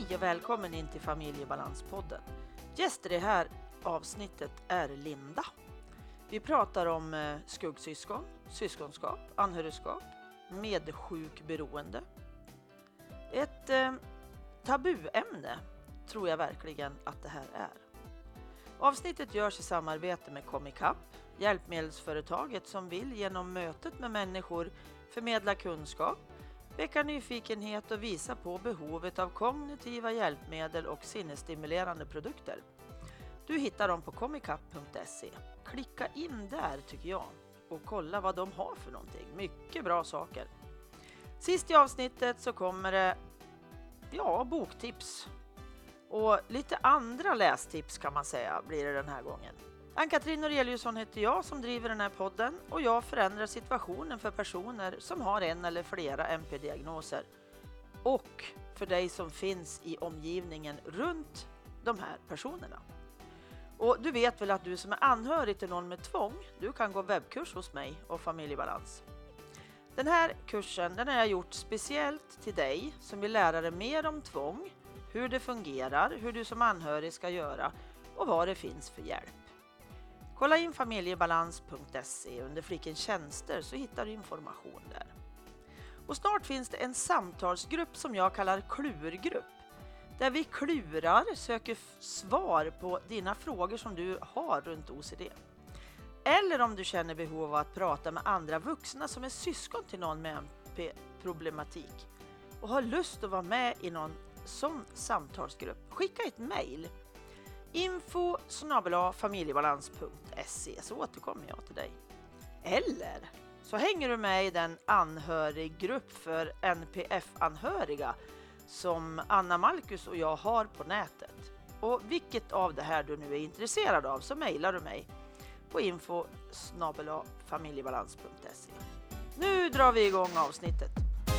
Hej och välkommen in till Familjebalanspodden. Gäster i det här avsnittet är Linda. Vi pratar om skuggsyskon, syskonskap, anhörigskap, medsjukberoende. Ett tabuämne tror jag verkligen att det här är. Avsnittet görs i samarbete med Comicap, hjälpmedelsföretaget som vill genom mötet med människor förmedla kunskap, väcka nyfikenhet och visa på behovet av kognitiva hjälpmedel och sinnesstimulerande produkter. Du hittar dem på comicap.se. Klicka in där tycker jag och kolla vad de har för någonting. Mycket bra saker. Sist i avsnittet så kommer det boktips och lite andra lästips kan man säga blir det den här gången. Ann-Katrin Noreliusson heter jag som driver den här podden och jag förändrar situationen för personer som har en eller flera MP-diagnoser och för dig som finns i omgivningen runt de här personerna. Och du vet väl att du som är anhörig till någon med tvång, du kan gå webbkurs hos mig och Familjebalans. Den här kursen den har jag gjort speciellt till dig som vill lära dig mer om tvång, hur det fungerar, hur du som anhörig ska göra och vad det finns för hjälp. Kolla in familjebalans.se under fliken tjänster så hittar du information där. Och snart finns det en samtalsgrupp som jag kallar klurgrupp. Där vi klurar, söker svar på dina frågor som du har runt OCD. Eller om du känner behov av att prata med andra vuxna som är syskon till någon med MP-problematik. Och har lust att vara med i någon sån samtalsgrupp. Skicka ett mejl. info@familjebalans.se så återkommer jag till dig. Eller så hänger du med i den anhöriggrupp för NPF-anhöriga som Anna Marcus och jag har på nätet. Och vilket av det här du nu är intresserad av så mejlar du mig på info@familjebalans.se. Nu drar vi igång avsnittet.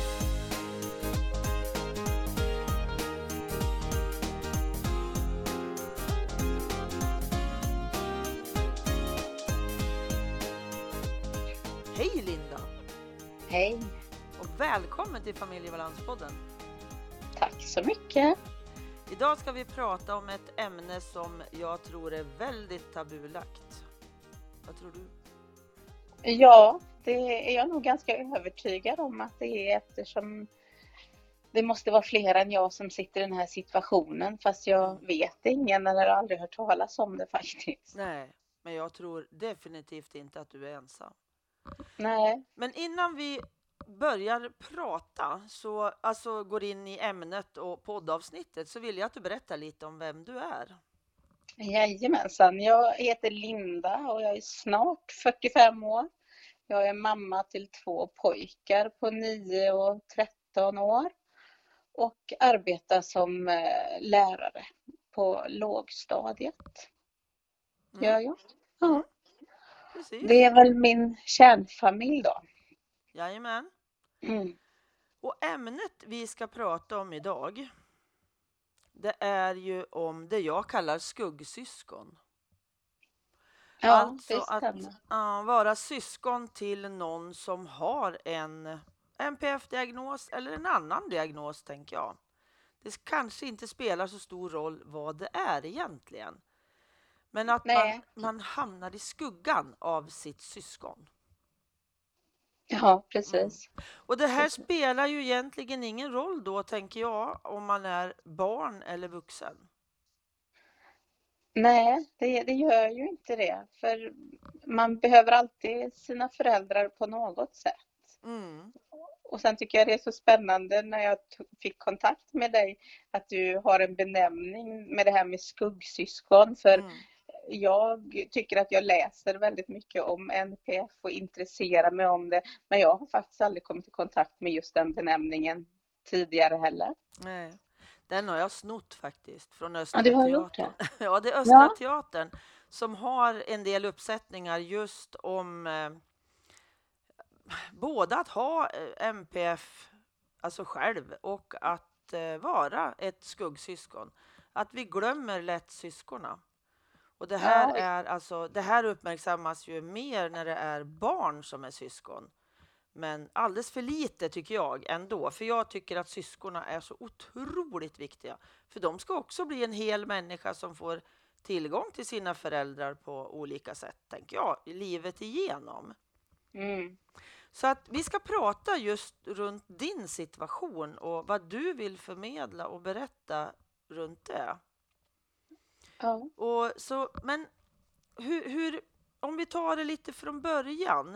Hej Linda! Hej! Och välkommen till Familjebalanspodden. Tack så mycket! Idag ska vi prata om ett ämne som jag tror är väldigt tabulagt. Vad tror du? Ja, det är jag nog ganska övertygad om att det är eftersom det måste vara fler än jag som sitter i den här situationen. Fast jag vet ingen eller aldrig hört talas om det faktiskt. Nej, men jag tror definitivt inte att du är ensam. Nej. Men innan vi börjar prata, så går in i ämnet och poddavsnittet så vill jag att du berättar lite om vem du är. Jajamensan, jag heter Linda och jag är snart 45 år. Jag är mamma till 2 pojkar på 9 och 13 år. Och arbetar som lärare på lågstadiet. Gör jag? Ja. Precis. Det är väl min kärnfamilj då. Jajamän. Och ämnet vi ska prata om idag, det är ju om det jag kallar skuggsyskon. Ja, alltså det stämmer. att vara syskon till någon som har en NPF-diagnos eller en annan diagnos tänker jag. Det kanske inte spelar så stor roll vad det är egentligen. Men att man hamnar i skuggan av sitt syskon. Ja, precis. Och det här spelar ju egentligen ingen roll då, tänker jag, om man är barn eller vuxen. Nej, det gör ju inte det. För man behöver alltid sina föräldrar på något sätt. Och sen tycker jag det är så spännande när jag fick kontakt med dig att du har en benämning med det här med skuggsyskon. För jag tycker att jag läser väldigt mycket om NPF och intresserar mig om det. Men jag har faktiskt aldrig kommit i kontakt med just den benämningen tidigare heller. Nej, den har jag snott faktiskt från Östra Ja, du har teatern. gjort det? Ja, det är Östra teatern som har en del uppsättningar just om både att ha MPF alltså själv och att vara ett skuggsyskon. Att vi glömmer lätt syskorna. Och det här det här uppmärksammas ju mer när det är barn som är syskon. Men alldeles för lite tycker jag ändå. För jag tycker att syskonen är så otroligt viktiga. För de ska också bli en hel människa som får tillgång till sina föräldrar på olika sätt, tänker jag, livet igenom. Mm. Så att vi ska prata just runt din situation och vad du vill förmedla och berätta runt det. Ja. Men om vi tar det lite från början,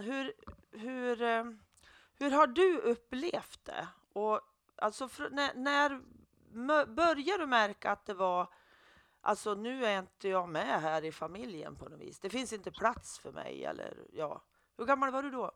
hur har du upplevt det? Och alltså när börjar du märka att det var, alltså nu är inte jag med här i familjen på något vis. Det finns inte plats för mig, eller ja. Hur gammal var du då?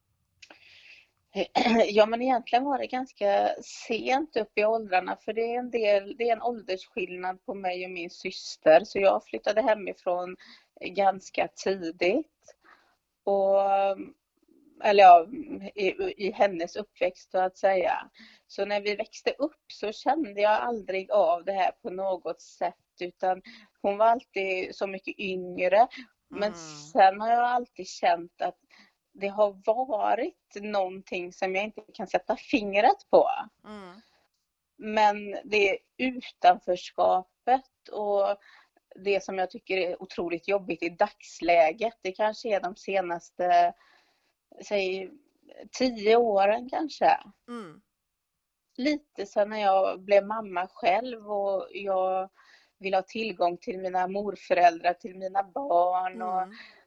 Ja, men egentligen var det ganska sent upp i åldrarna, för det är en åldersskillnad på mig och min syster, så jag flyttade hemifrån ganska tidigt. Och, eller ja, i hennes uppväxt så att säga. Så när vi växte upp så kände jag aldrig av det här på något sätt, utan hon var alltid så mycket yngre. Men sen har jag alltid känt att det har varit någonting som jag inte kan sätta fingret på. Men det utanförskapet och det som jag tycker är otroligt jobbigt i dagsläget, det kanske är de senaste, säg 10 åren kanske. Lite så när jag blev mamma själv och jag vill ha tillgång till mina morföräldrar, till mina barn. Och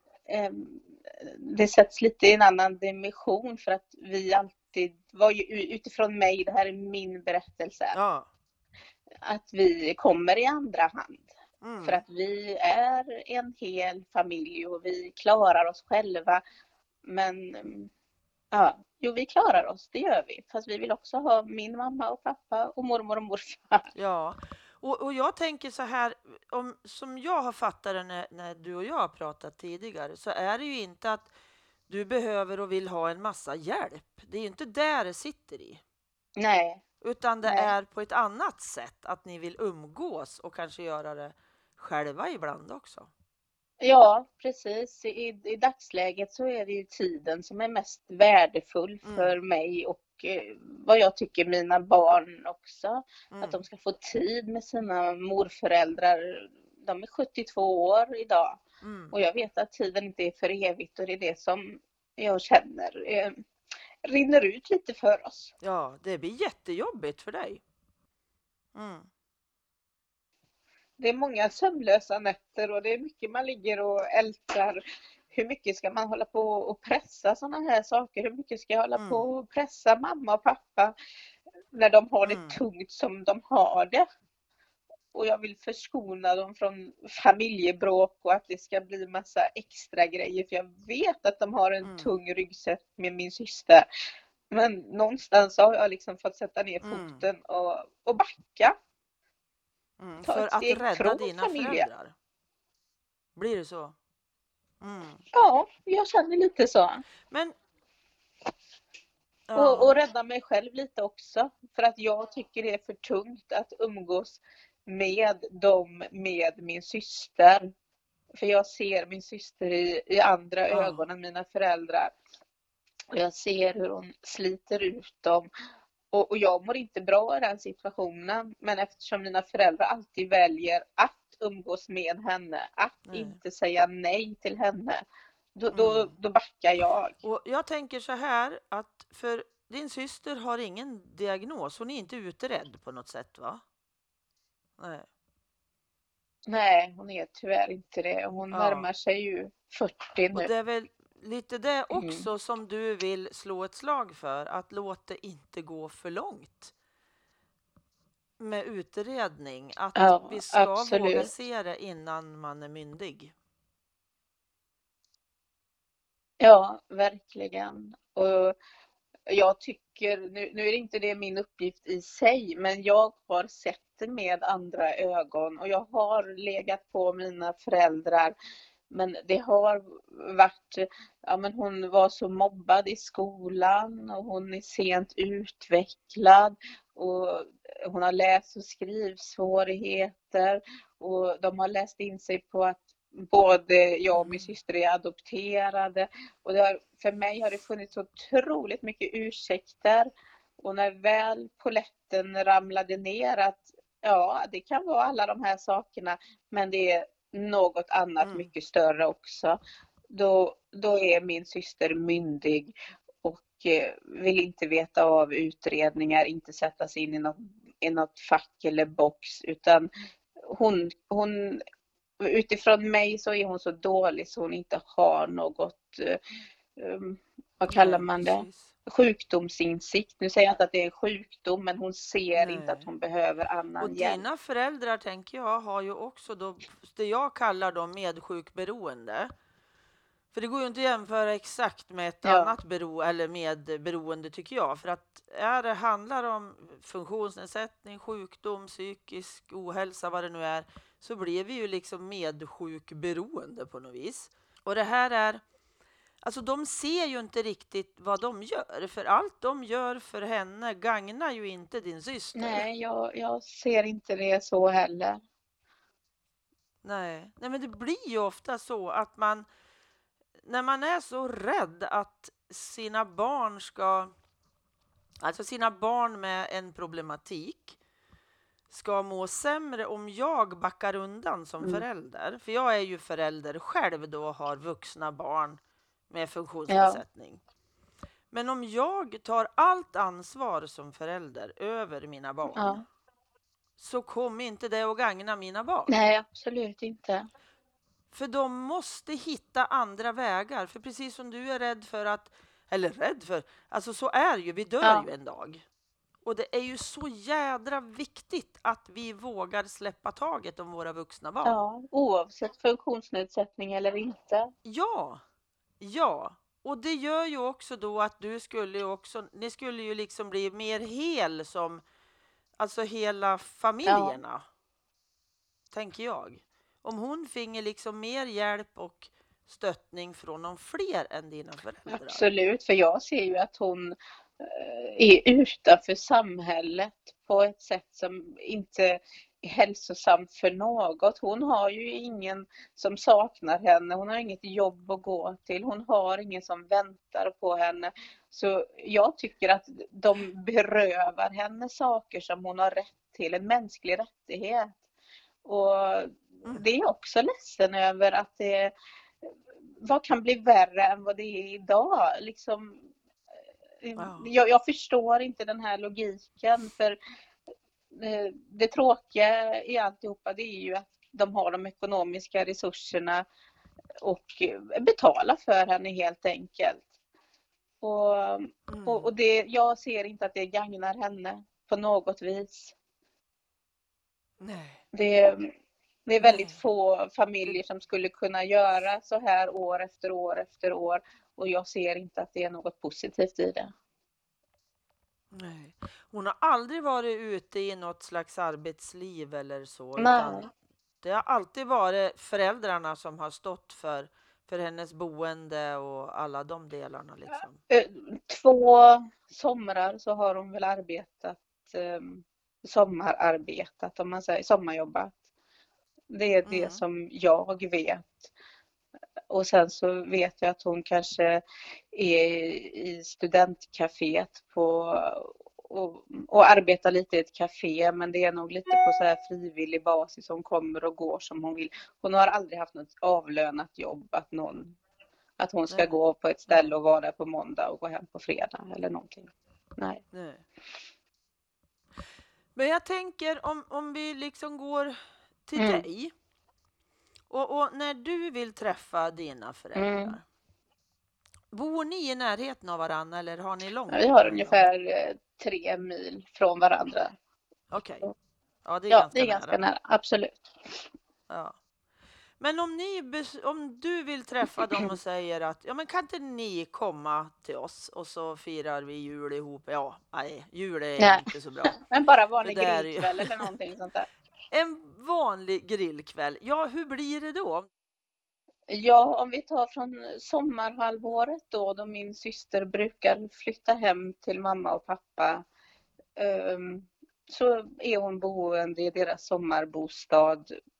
det sätts lite i en annan dimension, för att vi alltid var ju, utifrån mig, det här är min berättelse, att vi kommer i andra hand. För att vi är en hel familj och vi klarar oss själva. Men vi klarar oss, det gör vi. Fast vi vill också ha min mamma och pappa och mormor och morfar. Ja, och jag tänker så här, som jag har fattat det när du och jag har pratat tidigare, så är det ju inte att du behöver och vill ha en massa hjälp. Det är ju inte där det sitter i. Nej. Utan det är på ett annat sätt, att ni vill umgås och kanske göra det själva ibland också. Ja, precis. I dagsläget så är det ju tiden som är mest värdefull för mig och vad jag tycker mina barn också. Att de ska få tid med sina morföräldrar. De är 72 år idag. Och jag vet att tiden inte är för evigt, och det är det som jag känner rinner ut lite för oss. Ja, det blir jättejobbigt för dig. Det är många sömnlösa nätter och det är mycket man ligger och ältar. Hur mycket ska man hålla på och pressa sådana här saker? Hur mycket ska jag hålla på och pressa mamma och pappa när de har det tungt som de har det? Och jag vill förskona dem från familjebråk och att det ska bli massa extra grejer. För jag vet att de har en tung ryggsäck med min syster. Men någonstans har jag liksom fått sätta ner foten och backa. För att rädda dina föräldrar. Blir det så? Ja, jag känner lite så. Men och rädda mig själv lite också. För att jag tycker det är för tungt att umgås med dem, med min syster. För jag ser min syster i andra ögon än mina föräldrar. Och jag ser hur hon sliter ut dem. Och jag mår inte bra i den situationen. Men eftersom mina föräldrar alltid väljer att umgås med henne, att inte säga nej till henne, då backar jag. Och jag tänker så här, att för din syster har ingen diagnos. Hon är inte utredd på något sätt, va? Nej, hon är tyvärr inte det. Hon närmar sig ju 40 nu. Och det är väl lite det också som du vill slå ett slag för, att låta det inte gå för långt med utredning, att vi ska våga se det innan man är myndig. Ja, verkligen. Och jag tycker, nu är det inte det min uppgift i sig, men jag har sett det med andra ögon och jag har legat på mina föräldrar. Men det har varit, men hon var så mobbad i skolan och hon är sent utvecklad och hon har läs- och skrivsvårigheter och de har läst in sig på att både jag och min syster är adopterade. Och för mig har det funnits otroligt mycket ursäkter. Och när väl polletten ramlade ner att ja, det kan vara alla de här sakerna, men det är något annat mycket större också. Då är min syster myndig och vill inte veta av utredningar, inte sätta sig in i något fack eller box, utan hon utifrån mig så är hon så dålig så hon inte har något, vad kallar man det? Sjukdomsinsikt. Nu säger jag inte att det är en sjukdom, men hon ser inte att hon behöver annan hjälp. Och dina föräldrar, tänker jag, har ju också då det jag kallar då medsjukberoende. För det går ju inte att jämföra exakt med ett annat medberoende, tycker jag. För att det handlar om funktionsnedsättning, sjukdom, psykisk ohälsa, vad det nu är, så blir vi ju liksom medsjukberoende på något vis. Och det här är, alltså de ser ju inte riktigt vad de gör. För allt de gör för henne gagnar ju inte din syster. Nej, jag ser inte det så heller. Nej, men det blir ju ofta så att man, när man är så rädd att sina barn med en problematik ska må sämre om jag backar undan som förälder. För jag är ju förälder själv då och har vuxna barn med funktionsnedsättning. Ja. Men om jag tar allt ansvar som förälder över mina barn, så kommer inte det att gagna mina barn. Nej, absolut inte. För de måste hitta andra vägar. För precis som du är rädd för alltså så är ju, vi dör ju en dag. Och det är ju så jädra viktigt att vi vågar släppa taget om våra vuxna barn. Ja, oavsett funktionsnedsättning eller inte. Ja. Och det gör ju också då att ni skulle ju liksom bli mer hel som, alltså hela familjerna, tänker jag. Om hon finge liksom mer hjälp och stöttning från någon fler än dina föräldrar. Absolut, för jag ser ju att hon är utanför samhället på ett sätt som inte är hälsosamt för något. Hon har ju ingen som saknar henne, hon har inget jobb att gå till, hon har ingen som väntar på henne. Så jag tycker att de berövar henne saker som hon har rätt till, en mänsklig rättighet. Och det är jag också ledsen över, att vad kan bli värre än vad det är idag? Liksom, jag förstår inte den här logiken, för det tråkiga i alltihopa, det är ju att de har de ekonomiska resurserna och betala för henne helt enkelt. Och jag ser inte att det gagnar henne på något vis. Nej. Det är väldigt få familjer som skulle kunna göra så här år efter år efter år, och jag ser inte att det är något positivt i det. Nej. Hon har aldrig varit ute i något slags arbetsliv eller så. Nej. Utan det har alltid varit föräldrarna som har stått för hennes boende och alla de delarna. Liksom. 2 somrar så har hon väl arbetat, sommararbetat, om man säger, sommarjobbat. Det är det som jag vet. Och sen så vet jag att hon kanske är i studentcaféet och arbetar lite i ett café, men det är nog lite på så här frivillig basis, som kommer och går som hon vill. Hon har aldrig haft något avlönat jobb, att hon ska gå på ett ställe och vara där på måndag och gå hem på fredag eller någonting. Nej. Men jag tänker om vi liksom går till dig. Och när du vill träffa dina föräldrar, bor ni i närheten av varandra eller har ni långt? Vi har ungefär 3 mil från varandra. Okej. Ja, det är ganska nära. Absolut. Ja. Men om du vill träffa dem och säger att men kan inte ni komma till oss och så firar vi jul ihop? Ja, nej, jul är inte så bra. Men bara vanlig grillkväll eller någonting sånt där. En vanlig grillkväll. Ja, hur blir det då? Ja, om vi tar från sommarhalvåret då min syster brukar flytta hem till mamma och pappa, så är hon boende i deras sommarbostad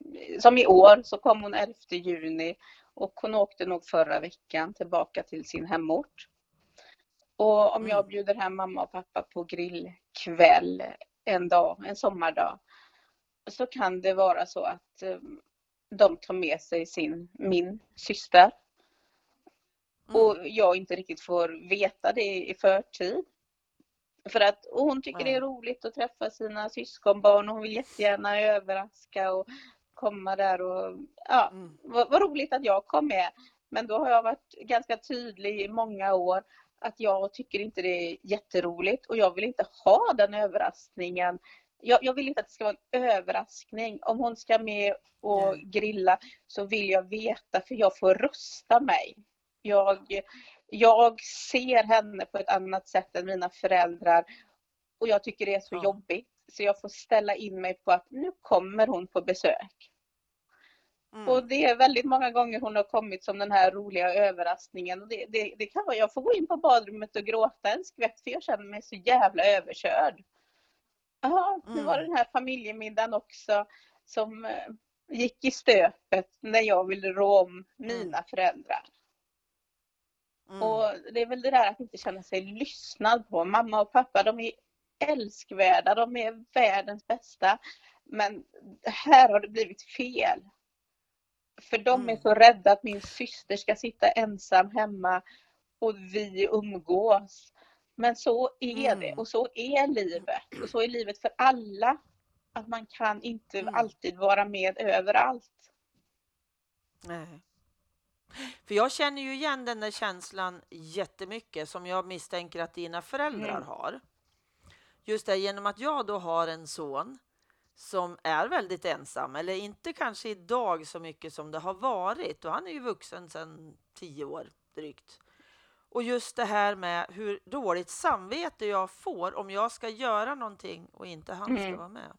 som i år så kom hon 11 juni och hon åkte nog förra veckan tillbaka till sin hemort. Och om jag bjuder hem mamma och pappa på grillkväll en dag, en sommardag, så kan det vara så att de tar med sig min syster. Och jag inte riktigt får veta det i förtid. För att hon tycker det är roligt att träffa sina syskonbarn och hon vill jättegärna överraska och komma där och vad roligt att jag kom med. Men då har jag varit ganska tydlig i många år att jag tycker inte det är jätteroligt och jag vill inte ha den överraskningen. Jag vill inte att det ska vara en överraskning. Om hon ska med och grilla så vill jag veta, för jag får rusta mig. Jag ser henne på ett annat sätt än mina föräldrar och jag tycker det är så jobbigt. Så jag får ställa in mig på att nu kommer hon på besök. Och det är väldigt många gånger hon har kommit som den här roliga överraskningen. Och det kan vara, jag får gå in på badrummet och gråta en skvätt för jag känner mig så jävla överkörd. Nu var det den här familjemiddagen också som gick i stöpet när jag ville rå om mina föräldrar. Och det är väl det där att inte känna sig lyssnad på. Mamma och pappa, de är älskvärda, de är världens bästa. Men här har det blivit fel. För de är så rädda att min syster ska sitta ensam hemma och vi umgås. Men så är det och så är livet. Och så är livet för alla. Att man kan inte alltid vara med överallt. Nej. För jag känner ju igen den där känslan jättemycket som jag misstänker att dina föräldrar har. Just det, genom att jag då har en son som är väldigt ensam, eller inte kanske idag så mycket som det har varit, och han är ju vuxen sedan 10 år drygt. Och just det här med hur dåligt samvete jag får om jag ska göra någonting och inte han ska vara med.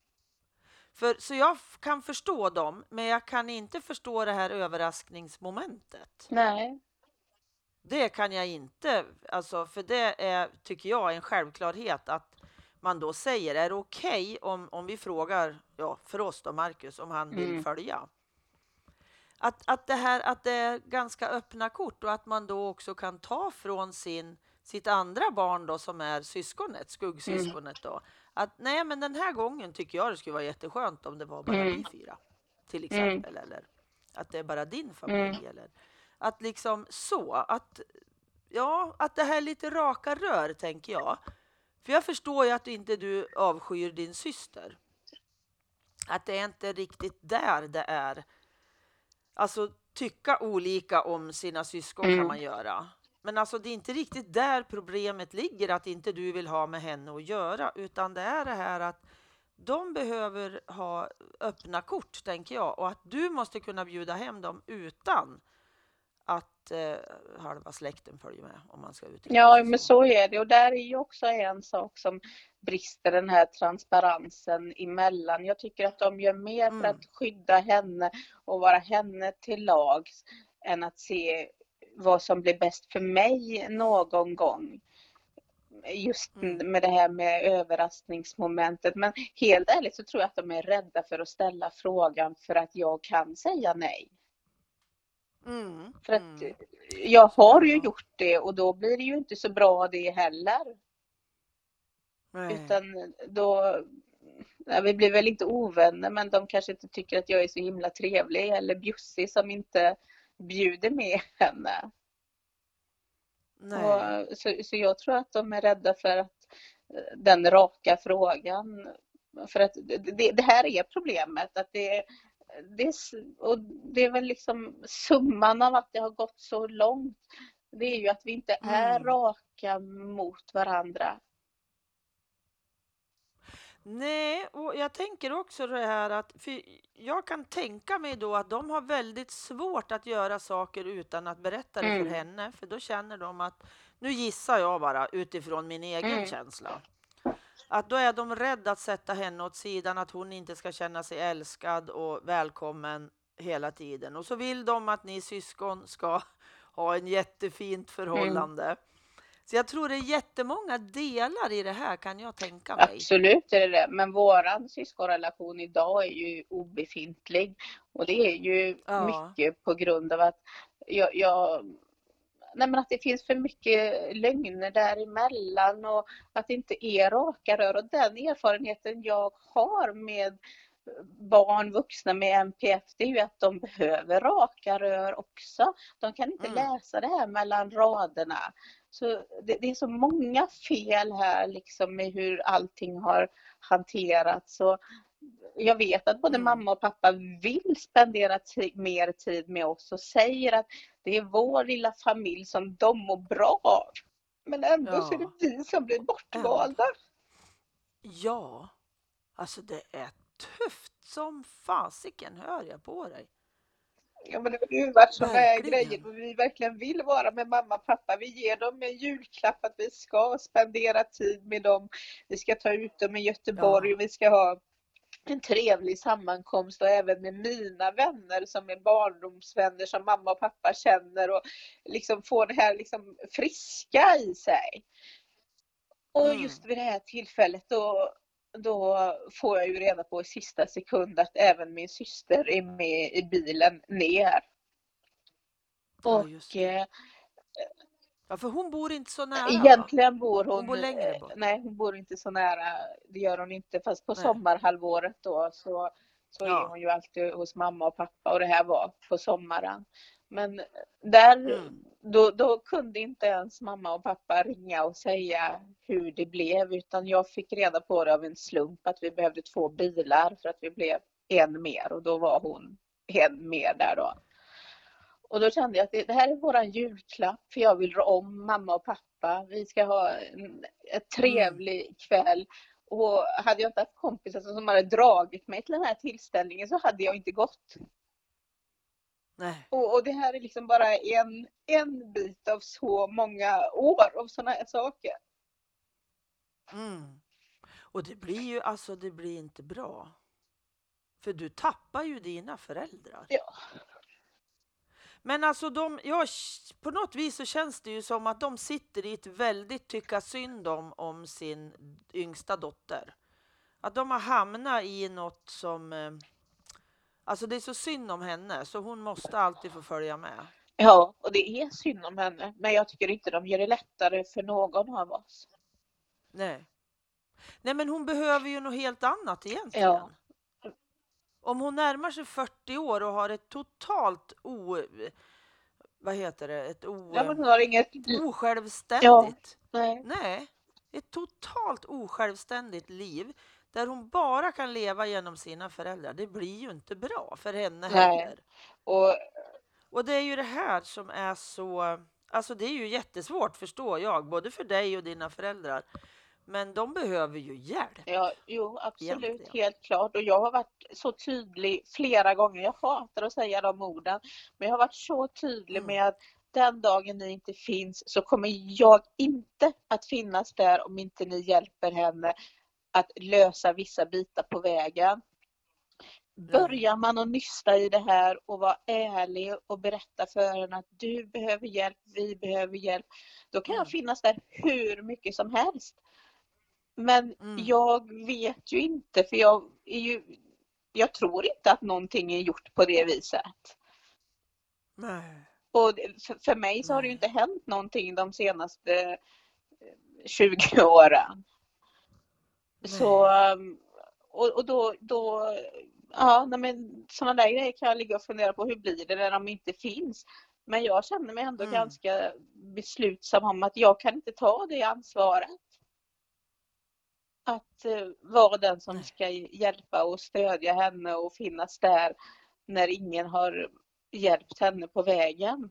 Så jag kan förstå dem, men jag kan inte förstå det här överraskningsmomentet. Nej. Det kan jag inte, alltså, för det är, tycker jag, en självklarhet att man då säger, är det okej om vi frågar, för oss då, Marcus, om han vill följa? Att det är ganska öppna kort och att man då också kan ta från sitt andra barn då som är syskonet, skuggsyskonet då. Att nej, men den här gången tycker jag det skulle vara jätteskönt om det var bara vi 4 till exempel. Eller att det är bara din familj. Eller att liksom så, att det här är lite raka rör, tänker jag. För jag förstår ju att inte du avskyr din syster. Att det är inte riktigt där det är. Alltså tycka olika om sina syskon kan man göra. Men alltså det är inte riktigt där problemet ligger, att inte du vill ha med henne att göra. Utan det är det här att de behöver ha öppna kort, tänker jag. Och att du måste kunna bjuda hem dem utan att halva släkten följer med, om man ska uttrycka Ja, sig men så är det. Och där är ju också en sak som brister, den här transparensen emellan. Jag tycker att de gör mer för att skydda henne och vara henne till lags än att se vad som blir bäst för mig någon gång. Just med det här med överraskningsmomentet. Men helt ärligt så tror jag att de är rädda för att ställa frågan för att jag kan säga nej. För att jag har ju gjort det och då blir det ju inte så bra det heller. Nej. Utan då, vi blir väl inte ovänner, men de kanske inte tycker att jag är så himla trevlig eller bjussig som inte bjuder med henne. Nej. Så jag tror att de är rädda för att den raka frågan, för att det här är problemet, att det är väl liksom summan av att det har gått så långt. Det är ju att vi inte är raka mot varandra. Nej, och jag tänker också det här att, för jag kan tänka mig då att de har väldigt svårt att göra saker utan att berätta det för henne. För då känner de att, nu gissar jag bara utifrån min egen känsla, att då är de rädda att sätta henne åt sidan, att hon inte ska känna sig älskad och välkommen hela tiden. Och så vill de att ni syskon ska ha en jättefint förhållande. Så jag tror det är jättemånga delar i det här, kan jag tänka mig. Absolut är det. Men våran syskonrelation idag är ju obefintlig. Och det är ju mycket på grund av att nej, men att det finns för mycket lögner däremellan och att det inte är raka rör. Och den erfarenheten jag har med barn, vuxna med NPF, det är ju att de behöver raka rör också. De kan inte läsa det här mellan raderna. Så det är så många fel här liksom med hur allting har hanterats. Så jag vet att både mamma och pappa vill spendera mer tid med oss och säger att det är vår lilla familj som de mår bra av. Men ändå så är det vi som blir bortvalda. Ja, alltså det är tufft som fasiken, hör jag på dig. Ja, men det är ju vad som är grejen och vi verkligen vill vara med mamma och pappa. Vi ger dem en julklapp att vi ska spendera tid med dem. Vi ska ta ut dem i Göteborg och vi ska ha en trevlig sammankomst och även med mina vänner som är barndomsvänner som mamma och pappa känner och liksom få det här liksom friska i sig. Och just vid det här tillfället då får jag ju reda på i sista sekund att även min syster är med i bilen ner. Och ja, för hon bor inte så nära. Egentligen bor hon bor längre bort. Nej, hon bor inte så nära. Det gör hon inte. Fast på sommarhalvåret då så är hon ju alltid hos mamma och pappa. Och det här var på sommaren. Men där då kunde inte ens mamma och pappa ringa och säga hur det blev. Utan jag fick reda på det av en slump att vi behövde 2 bilar för att vi blev en mer. Och då var hon en mer där då. Och då kände jag att det här är våran julklapp för jag vill rå om mamma och pappa. Vi ska ha en trevlig kväll. Och hade jag inte haft kompisar som hade dragit mig till den här tillställningen så hade jag inte gått. Nej. Och det här är liksom bara en bit av så många år av sådana här saker. Och det blir ju det blir inte bra. För du tappar ju dina föräldrar. Ja. Men alltså på något vis så känns det ju som att de sitter i ett väldigt tycka synd om sin yngsta dotter. Att de har hamnat i något som... Alltså det är så synd om henne så hon måste alltid få följa med. Ja, och det är synd om henne. Men jag tycker inte de gör det lättare för någon av oss. Nej, men hon behöver ju något helt annat egentligen. Ja. Om hon närmar sig 40 år och har ett totalt osjälvständigt. Ja, nej, ett totalt osjälvständigt liv där hon bara kan leva genom sina föräldrar. Det blir ju inte bra för henne heller. Och det är ju det här som är så... Alltså det är ju jättesvårt, förstår jag, både för dig och dina föräldrar. Men de behöver ju hjälp. Ja, jo, absolut, egentligen. Helt klart. Och jag har varit så tydlig flera gånger. Jag hatar att säga de orden. Men jag har varit så tydlig med att den dagen ni inte finns så kommer jag inte att finnas där om inte ni hjälper henne att lösa vissa bitar på vägen. Börjar man att nysta i det här och vara ärlig och berätta för henne att du behöver hjälp, vi behöver hjälp. Då kan jag finnas där hur mycket som helst. Men jag vet ju inte för jag tror inte att någonting är gjort på det viset. Nej. Och för mig så har det ju inte hänt någonting de senaste 20 åren. Nej. Så och då men sådana där grejer kan jag ligga och fundera på hur blir det när de inte finns. Men jag känner mig ändå ganska beslutsam om att jag kan inte ta det ansvaret. Att vara den som ska hjälpa och stödja henne och finnas där när ingen har hjälpt henne på vägen.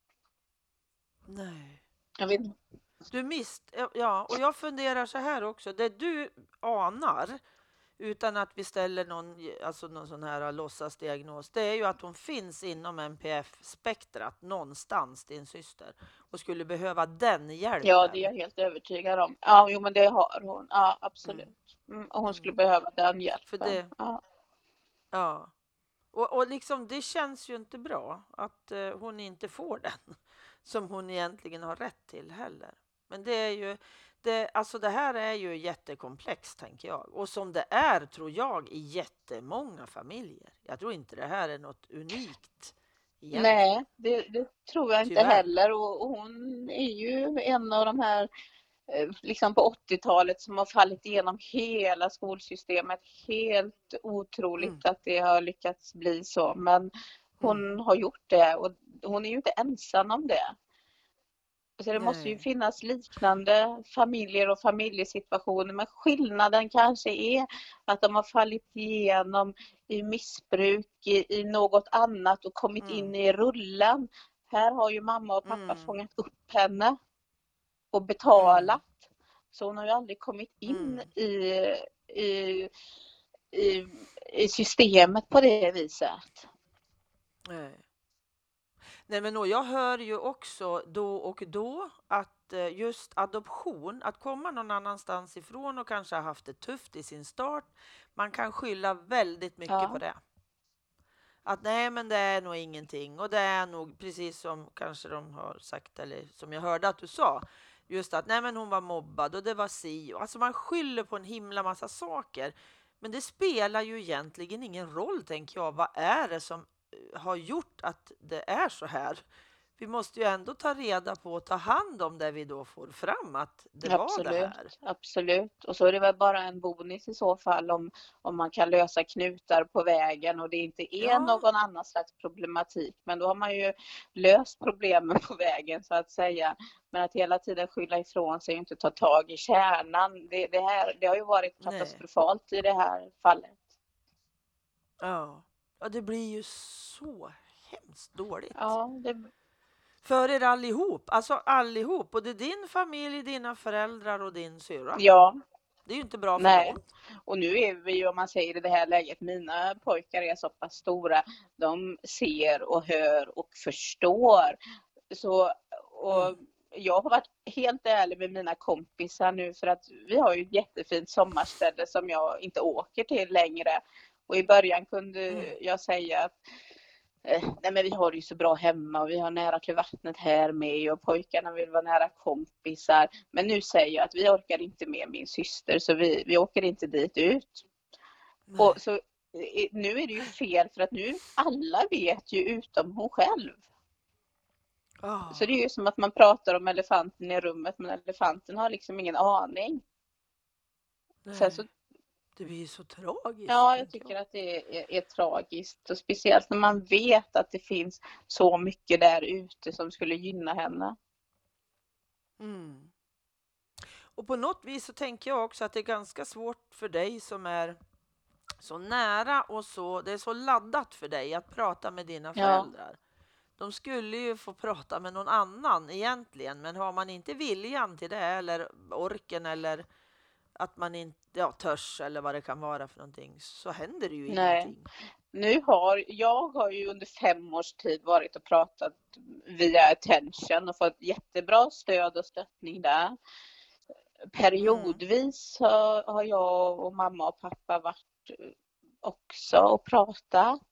Nej. Jag vet. Och jag funderar så här också. Det du anar, utan att vi ställer någon sån här låtsasdiagnos, det är ju att hon finns inom NPF-spektrat någonstans, din syster, och skulle behöva den hjälpen. Ja, det är jag helt övertygad om. Ja, jo, men det har hon. Ja, absolut. Och hon skulle behöva den hjälpen. För det, ja. Och liksom, det känns ju inte bra att hon inte får den som hon egentligen har rätt till heller. Men det är ju, alltså det här är ju jättekomplext tänker jag. Och som det är tror jag i jättemånga familjer. Jag tror inte det här är något unikt egentligen. Nej, det tror jag inte Tyvärr. heller. Och hon är ju en av de här liksom på 80-talet som har fallit igenom hela skolsystemet. Helt otroligt att det har lyckats bli så. Men hon har gjort det och hon är ju inte ensam om det. Så det måste ju finnas liknande familjer och familjesituationer, men skillnaden kanske är att de har fallit igenom i missbruk, i något annat och kommit in i rullen. Här har ju mamma och pappa fångat upp henne och betalat. Så hon har ju aldrig kommit in i systemet på det viset. Nej, men jag hör ju också då och då att just adoption, att komma någon annanstans ifrån och kanske ha haft det tufft i sin start, man kan skylla väldigt mycket på det. Att nej, men det är nog ingenting. Och det är nog precis som kanske de har sagt, eller som jag hörde att du sa, just att nej, men hon var mobbad och det var si. Alltså man skyller på en himla massa saker. Men det spelar ju egentligen ingen roll, tänker jag. Vad är det som har gjort att det är så här? Vi måste ju ändå ta reda på och ta hand om det vi då får fram att det var det här. Absolut. Och så är det väl bara en bonus i så fall om man kan lösa knutar på vägen och det inte är någon annan slags problematik. Men då har man ju löst problemen på vägen så att säga. Men att hela tiden skylla ifrån sig och inte ta tag i kärnan. Det har ju varit katastrofalt i det här fallet. Ja, det blir ju så hemskt dåligt. Ja, för er allihop, alltså allihop, både din familj, dina föräldrar och din syra. Ja. Det är ju inte bra för någon. Och nu är vi ju, om man säger i det här läget, mina pojkar är så pass stora, de ser och hör och förstår. Så, och jag har varit helt ärlig med mina kompisar nu för att vi har ju ett jättefint sommarställe som jag inte åker till längre. Och i början kunde jag säga att nej, men vi har det ju så bra hemma och vi har nära till vattnet här med och pojkarna vill vara nära kompisar. Men nu säger jag att vi orkar inte med min syster så vi åker inte dit ut. Och så nu är det ju fel för att nu alla vet ju utom hon själv. Så det är ju som att man pratar om elefanten i rummet men elefanten har liksom ingen aning. Så det blir så tragiskt. Ja, jag tycker att det är tragiskt. Och speciellt när man vet att det finns så mycket där ute som skulle gynna henne. Och på något vis så tänker jag också att det är ganska svårt för dig som är så nära och så, det är så laddat för dig att prata med dina föräldrar. De skulle ju få prata med någon annan egentligen, men har man inte viljan till det eller orken eller att man inte törs eller vad det kan vara för någonting så händer det ju ingenting. Jag har ju under 5 års tid varit och pratat via Attention och fått jättebra stöd och stöttning där. Periodvis har jag och mamma och pappa varit också och pratat.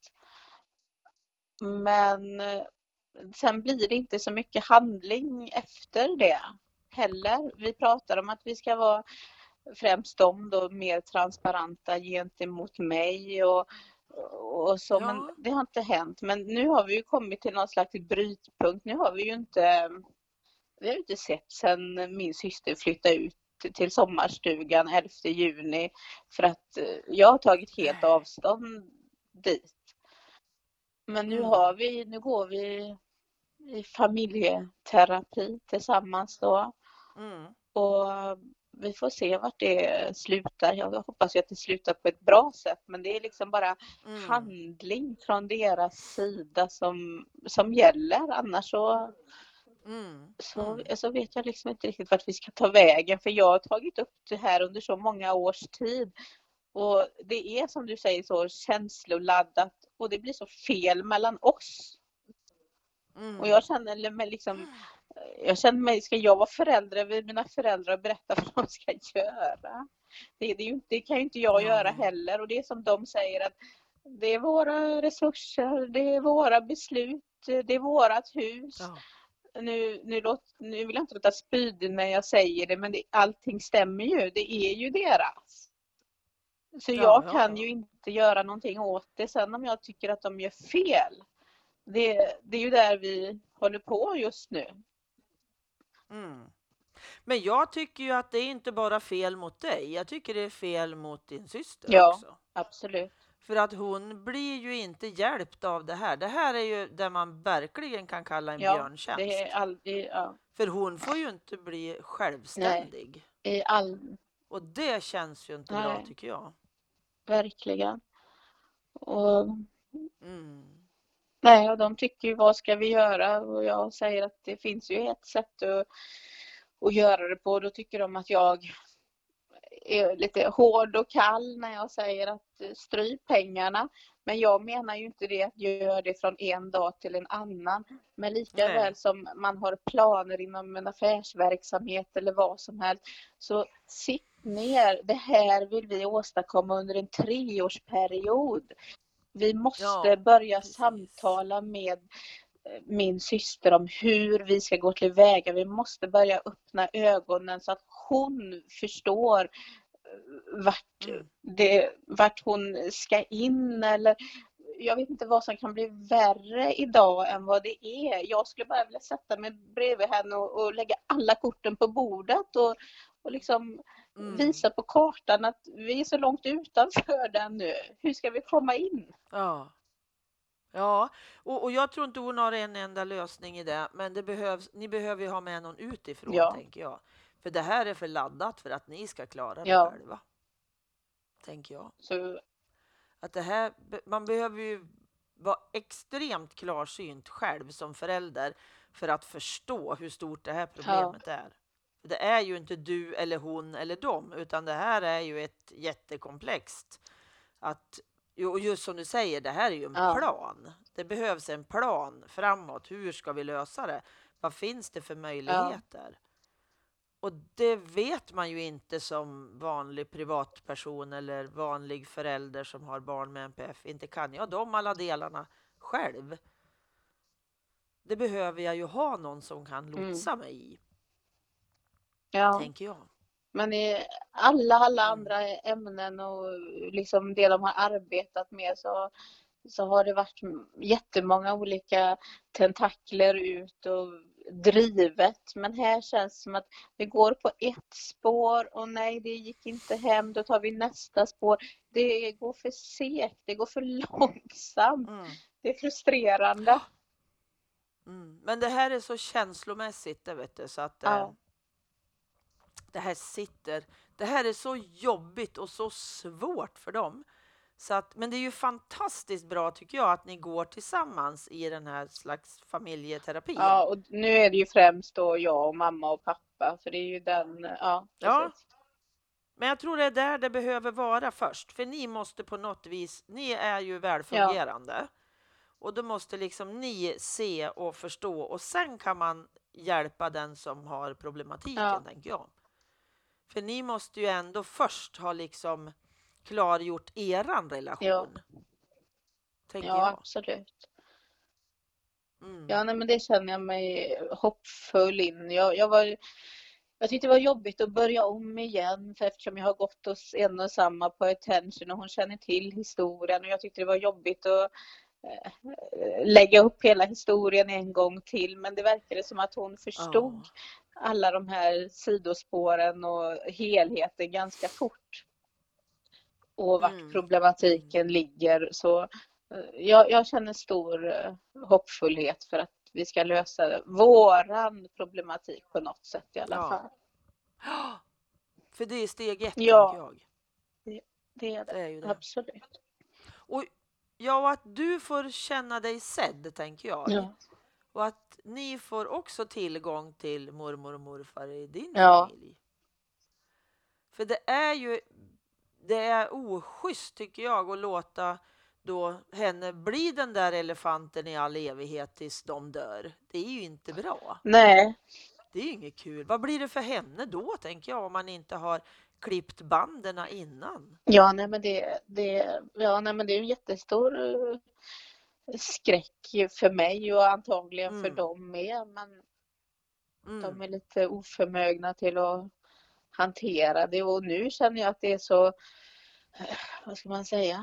Men sen blir det inte så mycket handling efter det heller. Vi pratar om att vi ska vara främst de då mer transparenta gentemot mig och så, men det har inte hänt. Men nu har vi ju kommit till någon slags brytpunkt. Nu har vi ju inte sett sedan min syster flyttade ut till sommarstugan 11 juni för att jag har tagit helt avstånd dit. Men nu går vi i familjeterapi tillsammans då. Och vi får se vart det slutar. Jag hoppas att det slutar på ett bra sätt. Men det är liksom bara handling från deras sida som gäller. Annars så vet jag liksom inte riktigt vart vi ska ta vägen. För jag har tagit upp det här under så många års tid. Och det är som du säger så känsloladdat. Och det blir så fel mellan oss. Och jag känner mig, ska jag vara förälder vid mina föräldrar och berätta vad de ska göra? Det kan ju inte jag göra heller. Och det är som de säger att det är våra resurser, det är våra beslut, det är vårat hus. nu vill jag inte låta spydig när jag säger det, men allting stämmer ju. Det är ju deras. Så jag kan ju inte göra någonting åt det. Sen om jag tycker att de gör fel, det är ju där vi håller på just nu. Men jag tycker ju att det är inte bara fel mot dig. Jag tycker det är fel mot din syster också. Ja, absolut. För att hon blir ju inte hjälpt av det här. Det här är ju det man verkligen kan kalla en björntjänst. Det är aldrig, För hon får ju inte bli självständig. Nej, och det känns ju inte bra, tycker jag. Verkligen. Och nej, och de tycker ju, vad ska vi göra? Och jag säger att det finns ju ett sätt att göra det på. Då tycker de att jag är lite hård och kall när jag säger att stryp pengarna. Men jag menar ju inte det att göra det från en dag till en annan. Men lika väl som man har planer inom en affärsverksamhet eller vad som helst. Så sitt ner, det här vill vi åstadkomma under en 3-årsperiod. Vi måste börja samtala med min syster om hur vi ska gå tillväga. Vi måste börja öppna ögonen så att hon förstår vart hon ska in, eller jag vet inte vad som kan bli värre idag än vad det är. Jag skulle bara vilja sätta mig bredvid henne och lägga alla korten på bordet och liksom visa på kartan att vi är så långt utanför den nu. Hur ska vi komma in? Ja, och jag tror inte hon har en enda lösning i det, men ni behöver ju ha med någon utifrån, tänker jag. För det här är för laddat för att ni ska klara det själva, tänker jag. Så att det här, man behöver ju vara extremt klarsynt själv som förälder för att förstå hur stort det här problemet är. Det är ju inte du eller hon eller dem, utan det här är ju ett jättekomplext. Och just som du säger, det här är ju en plan. Det behövs en plan framåt. Hur ska vi lösa det? Vad finns det för möjligheter? Och det vet man ju inte som vanlig privatperson eller vanlig förälder som har barn med NPF. Inte kan jag alla delarna själv. Det behöver jag ju ha någon som kan lotsa mig i. Tänker jag. Men i alla andra ämnen och liksom det de har arbetat med så har det varit jättemånga olika tentakler ut och drivet. Men här känns det som att vi går på ett spår och nej, det gick inte hem. Då tar vi nästa spår. Det går för segt, det går för långsamt. Det är frustrerande. Men det här är så känslomässigt, det vet du, så att det här är så jobbigt och så svårt för dem. Så att, men det är ju fantastiskt bra, tycker jag, att ni går tillsammans i den här slags familjeterapi. Ja, och nu är det ju främst då jag och mamma och pappa, för det är ju den, precis. Men jag tror det är där det behöver vara först, för ni måste på något vis, ni är ju välfungerande. Och då måste liksom ni se och förstå, och sen kan man hjälpa den som har problematiken, tänker jag. För ni måste ju ändå först ha liksom klargjort eran relation. Tänker jag. Absolut. Ja, nej, men det känner jag mig hoppfull in. Jag tyckte det var jobbigt att börja om igen, för eftersom jag har gått hos en och samma på Attention och hon känner till historien, och jag tyckte det var jobbigt att lägga upp hela historien en gång till, men det verkade som att hon förstod alla de här sidospåren och helheten ganska fort och vart problematiken ligger. Så jag känner stor hoppfullhet för att vi ska lösa våran problematik på något sätt i alla fall. För det är steg 1, tänker jag. Det är ju det. Absolut. Och att du får känna dig sedd, tänker jag. Och att ni får också tillgång till mormor och morfar i din familj. För det är oschysst, tycker jag, att låta då henne bli den där elefanten i all evighet tills de dör. Det är ju inte bra. Nej. Det är ju inget kul. Vad blir det för henne då, tänker jag, om man inte har klippt banderna innan? Ja, nej, men det är en jättestor skräck för mig och antagligen för dem med. Men De är lite oförmögna till att hantera det, och nu känner jag att det är så, vad ska man säga,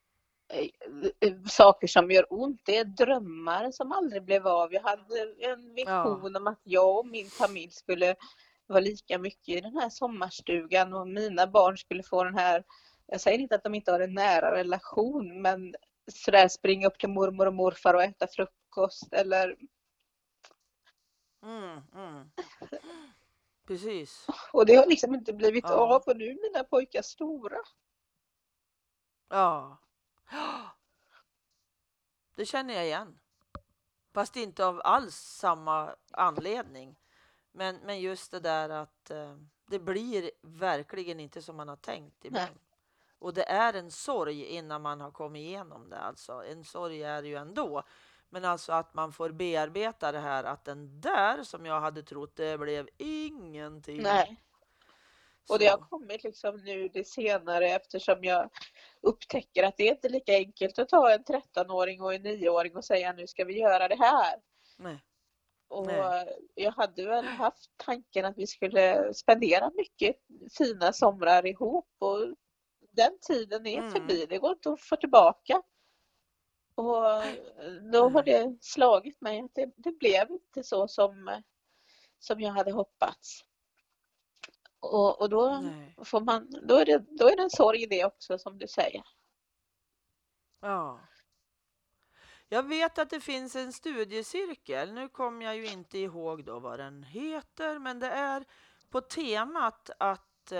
saker som gör ont. Det är drömmar som aldrig blev av. Jag hade en vision om att jag och min familj skulle vara lika mycket i den här sommarstugan och mina barn skulle få den här, jag säger inte att de inte har en nära relation, men sådär springa upp till mormor och morfar och äta frukost eller Precis. och det har liksom inte blivit av, och nu är mina pojkar stora. Ja. Det känner jag igen. Fast inte av alls samma anledning. Men just det där att det blir verkligen inte som man har tänkt ibland. Nej. Och det är en sorg innan man har kommit igenom det. Alltså, en sorg är ju ändå. Men alltså att man får bearbeta det här, att den där som jag hade trott, det blev ingenting. Nej. Och det har kommit liksom nu det senare, eftersom jag upptäcker att det är inte lika enkelt att ta en 13-åring och en 9-åring och säga nu ska vi göra det här. Nej. Och jag hade väl haft tanken att vi skulle spendera mycket fina somrar ihop, och den tiden är förbi. Det går inte att få tillbaka. Och då har det slagit mig att det blev inte så som jag hade hoppats. Och då får man, då är det en sorg i det också, som du säger. Ja. Jag vet att det finns en studiecirkel. Nu kommer jag ju inte ihåg då vad den heter, men det är på temat att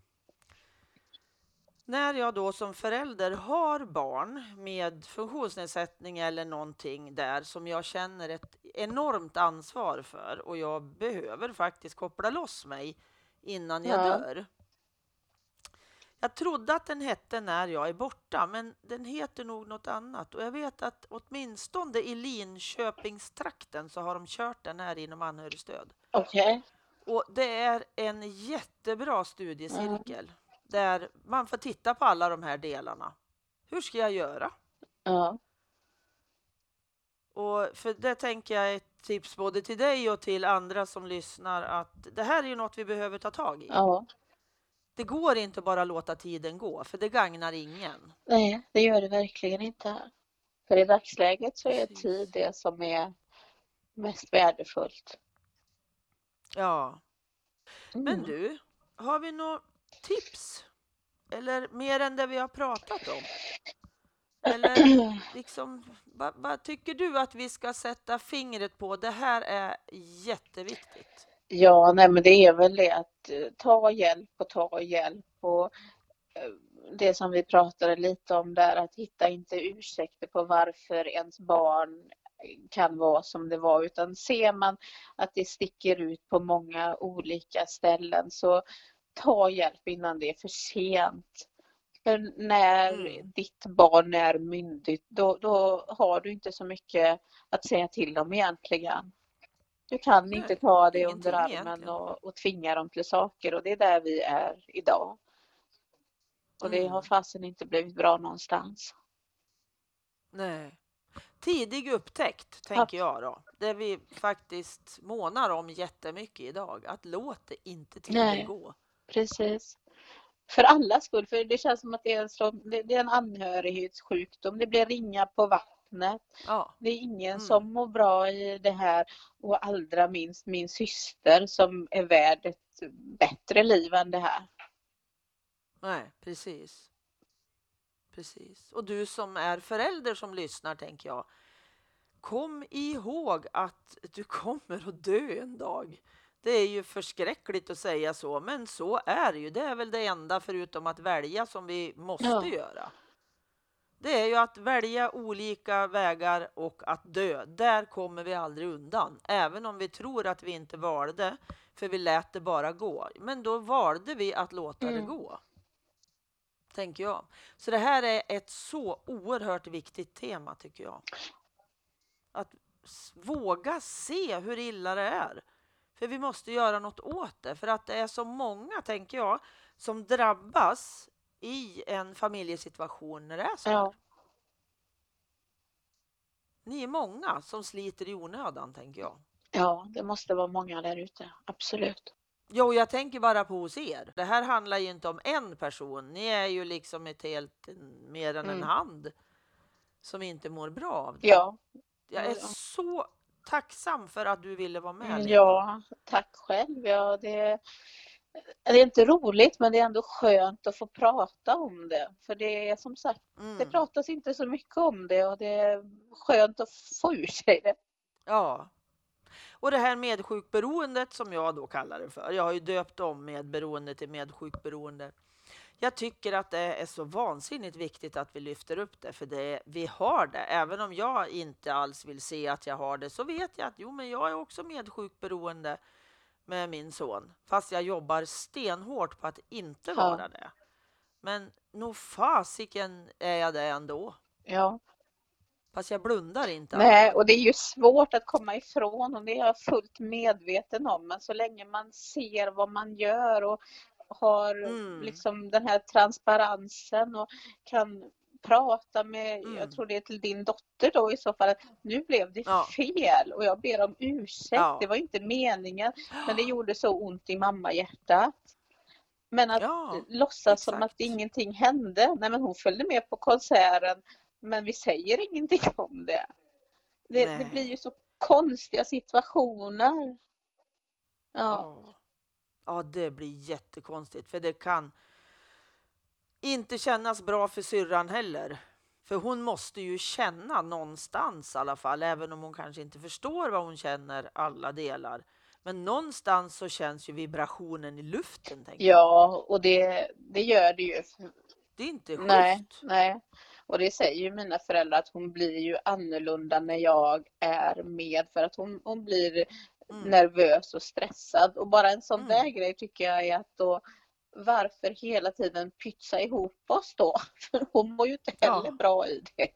när jag då som förälder har barn med funktionsnedsättning eller någonting där som jag känner ett enormt ansvar för, och jag behöver faktiskt koppla loss mig innan jag dör. Jag trodde att den hette När jag är borta, men den heter nog något annat. Och jag vet att åtminstone i Linköpingstrakten så har de kört den här inom anhörigstöd. Okej. Och det är en jättebra studiecirkel där man får titta på alla de här delarna. Hur ska jag göra? Ja. Och för det tänker jag är ett tips både till dig och till andra som lyssnar, att det här är ju något vi behöver ta tag i. Ja. Det går inte bara låta tiden gå, för det gagnar ingen. Nej, det gör det verkligen inte. För i dagsläget så är tid det som är mest värdefullt. Ja. Men du, har vi något tips? Eller mer än det vi har pratat om? Eller liksom, vad tycker du att vi ska sätta fingret på? Det här är jätteviktigt. Ja, nej, men det är väl det att ta hjälp och det som vi pratade lite om där, att hitta inte ursäkter på varför ens barn kan vara som det var, utan ser man att det sticker ut på många olika ställen, så ta hjälp innan det är för sent. För när ditt barn är myndigt, då har du inte så mycket att säga till om egentligen. Du kan inte ta det under armen och tvinga dem till saker, och det är där vi är idag. Och det har fasen inte blivit bra någonstans. Nej. Tidig upptäckt, tänker jag då. Det vi faktiskt månar om jättemycket idag. Att låt det inte tiden gå. Precis. För allas skull. För det känns som att det är en anhörighetssjukdom. Det blir ringar på vattnet. Ja. Det är ingen som mår bra i det här. Och allra minst min syster, som är värd ett bättre liv än det här. Nej, precis. Precis. Och du som är förälder som lyssnar, tänker jag. Kom ihåg att du kommer att dö en dag. Det är ju förskräckligt att säga så, men så är det ju. Det är väl det enda förutom att välja som vi måste göra. Det är ju att välja olika vägar och att dö. Där kommer vi aldrig undan. Även om vi tror att vi inte valde, för vi lät det bara gå. Men då valde vi att låta det gå. Tänker jag. Så det här är ett så oerhört viktigt tema, tycker jag. Att våga se hur illa det är. För vi måste göra något åt det. För att det är så många, tänker jag, som drabbas i en familjesituation när det är så här. Ja. Ni är många som sliter i onödan, tänker jag. Ja, det måste vara många där ute, absolut. Jo, jag tänker bara på hos er. Det här handlar ju inte om en person. Ni är ju liksom ett helt, mer än en hand som inte mår bra av det. Ja. Jag är så tacksam för att du ville vara med, Linda. Ja, tack själv. Ja, det är inte roligt, men det är ändå skönt att få prata om det. För det är som sagt, det pratas inte så mycket om det och det är skönt att få ur sig det. Ja. Och det här medsjukberoendet som jag då kallar det för. Jag har ju döpt om medberoende till medsjukberoende. Jag tycker att det är så vansinnigt viktigt att vi lyfter upp det, för vi har det. Även om jag inte alls vill se att jag har det, så vet jag att men jag är också medsjukberoende med min son. Fast jag jobbar stenhårt på att inte vara det. Men nog fasiken är jag det ändå. Ja. Fast jag blundar inte. Nej, och det är ju svårt att komma ifrån och det är jag fullt medveten om. Men så länge man ser vad man gör och har liksom den här transparensen och kan prata med, jag tror det är till din dotter då i så fall, att nu blev det fel och jag ber om ursäkt. Det var inte meningen, men det gjorde så ont i mammahjärtat. Men att låtsas som att ingenting hände. Nej, men hon följde med på konserten, men vi säger ingenting om det. Det blir ju så konstiga situationer. Ja, det blir jättekonstigt. För det kan inte kännas bra för syrran heller. För hon måste ju känna någonstans i alla fall. Även om hon kanske inte förstår vad hon känner alla delar. Men någonstans så känns ju vibrationen i luften. Ja, och det gör det ju. Det är inte schysst. Nej. Och det säger ju mina föräldrar att hon blir ju annorlunda när jag är med. För att hon blir nervös och stressad. Och bara en sån där grej tycker jag är att då, varför hela tiden pytsa ihop oss då? För hon mår ju inte heller bra i det.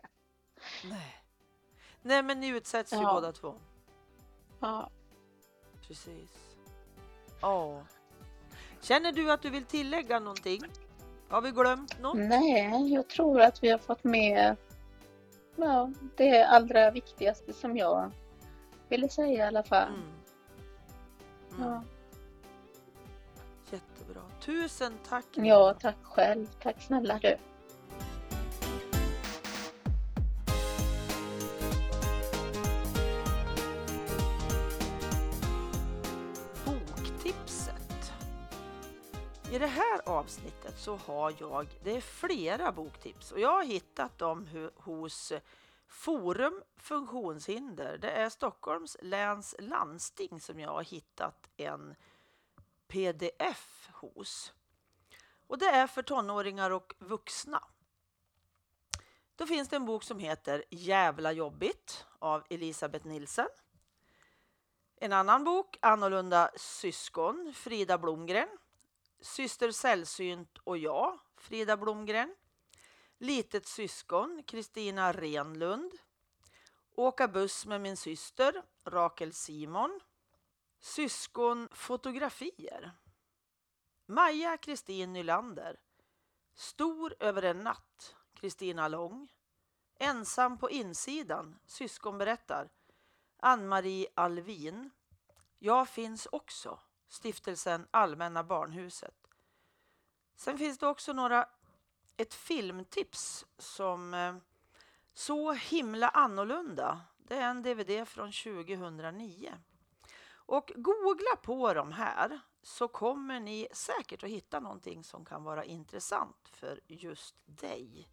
Nej, men ni utsätts ju båda två. Ja. Precis. Känner du att du vill tillägga någonting? Har vi glömt något? Nej, jag tror att vi har fått med det allra viktigaste som jag ville säga i alla fall. Ja. Jättebra. Tusen tack. Ja, tack själv. Tack snälla du. Boktipset. I det här avsnittet så har det är flera boktips och jag har hittat dem hos Forum Funktionshinder. Det är Stockholms läns landsting som jag har hittat en pdf hos. Och det är för tonåringar och vuxna. Då finns det en bok som heter Jävla jobbigt av Elisabeth Nilsen. En annan bok, Annorlunda syskon, Frida Blomgren. Syster sällsynt och jag, Frida Blomgren. Litet syskon, Kristina Renlund. Åka buss med min syster, Rakel Simon. Syskonfotografier. Maja Kristin Nylander. Stor över en natt, Kristina Lång. Ensam på insidan, syskon berättar. Ann-Marie Alvin. Jag finns också, Stiftelsen Allmänna Barnhuset. Sen finns det också ett filmtips som Så himla annorlunda. Det är en DVD från 2009. Och googla på de här så kommer ni säkert att hitta någonting som kan vara intressant för just dig.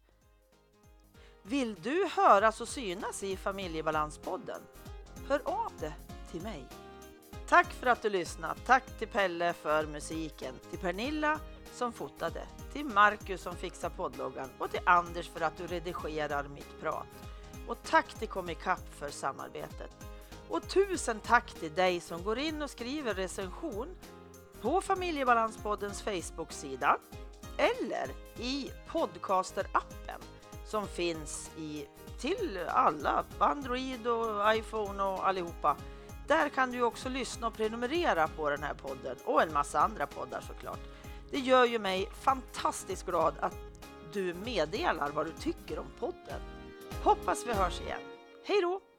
Vill du höras och synas i Familjebalanspodden? Hör av det till mig. Tack för att du lyssnat. Tack till Pelle för musiken. Till Pernilla som fotade. Till Marcus som fixar poddloggan. Och till Anders för att du redigerar mitt prat. Och tack till Comicap för samarbetet. Och tusen tack till dig som går in och skriver recension på Familjebalanspoddens Facebook-sida. Eller i podcaster-appen som finns till alla, Android och iPhone och allihopa. Där kan du också lyssna och prenumerera på den här podden och en massa andra poddar såklart. Det gör ju mig fantastiskt glad att du meddelar vad du tycker om podden. Hoppas vi hörs igen. Hej då!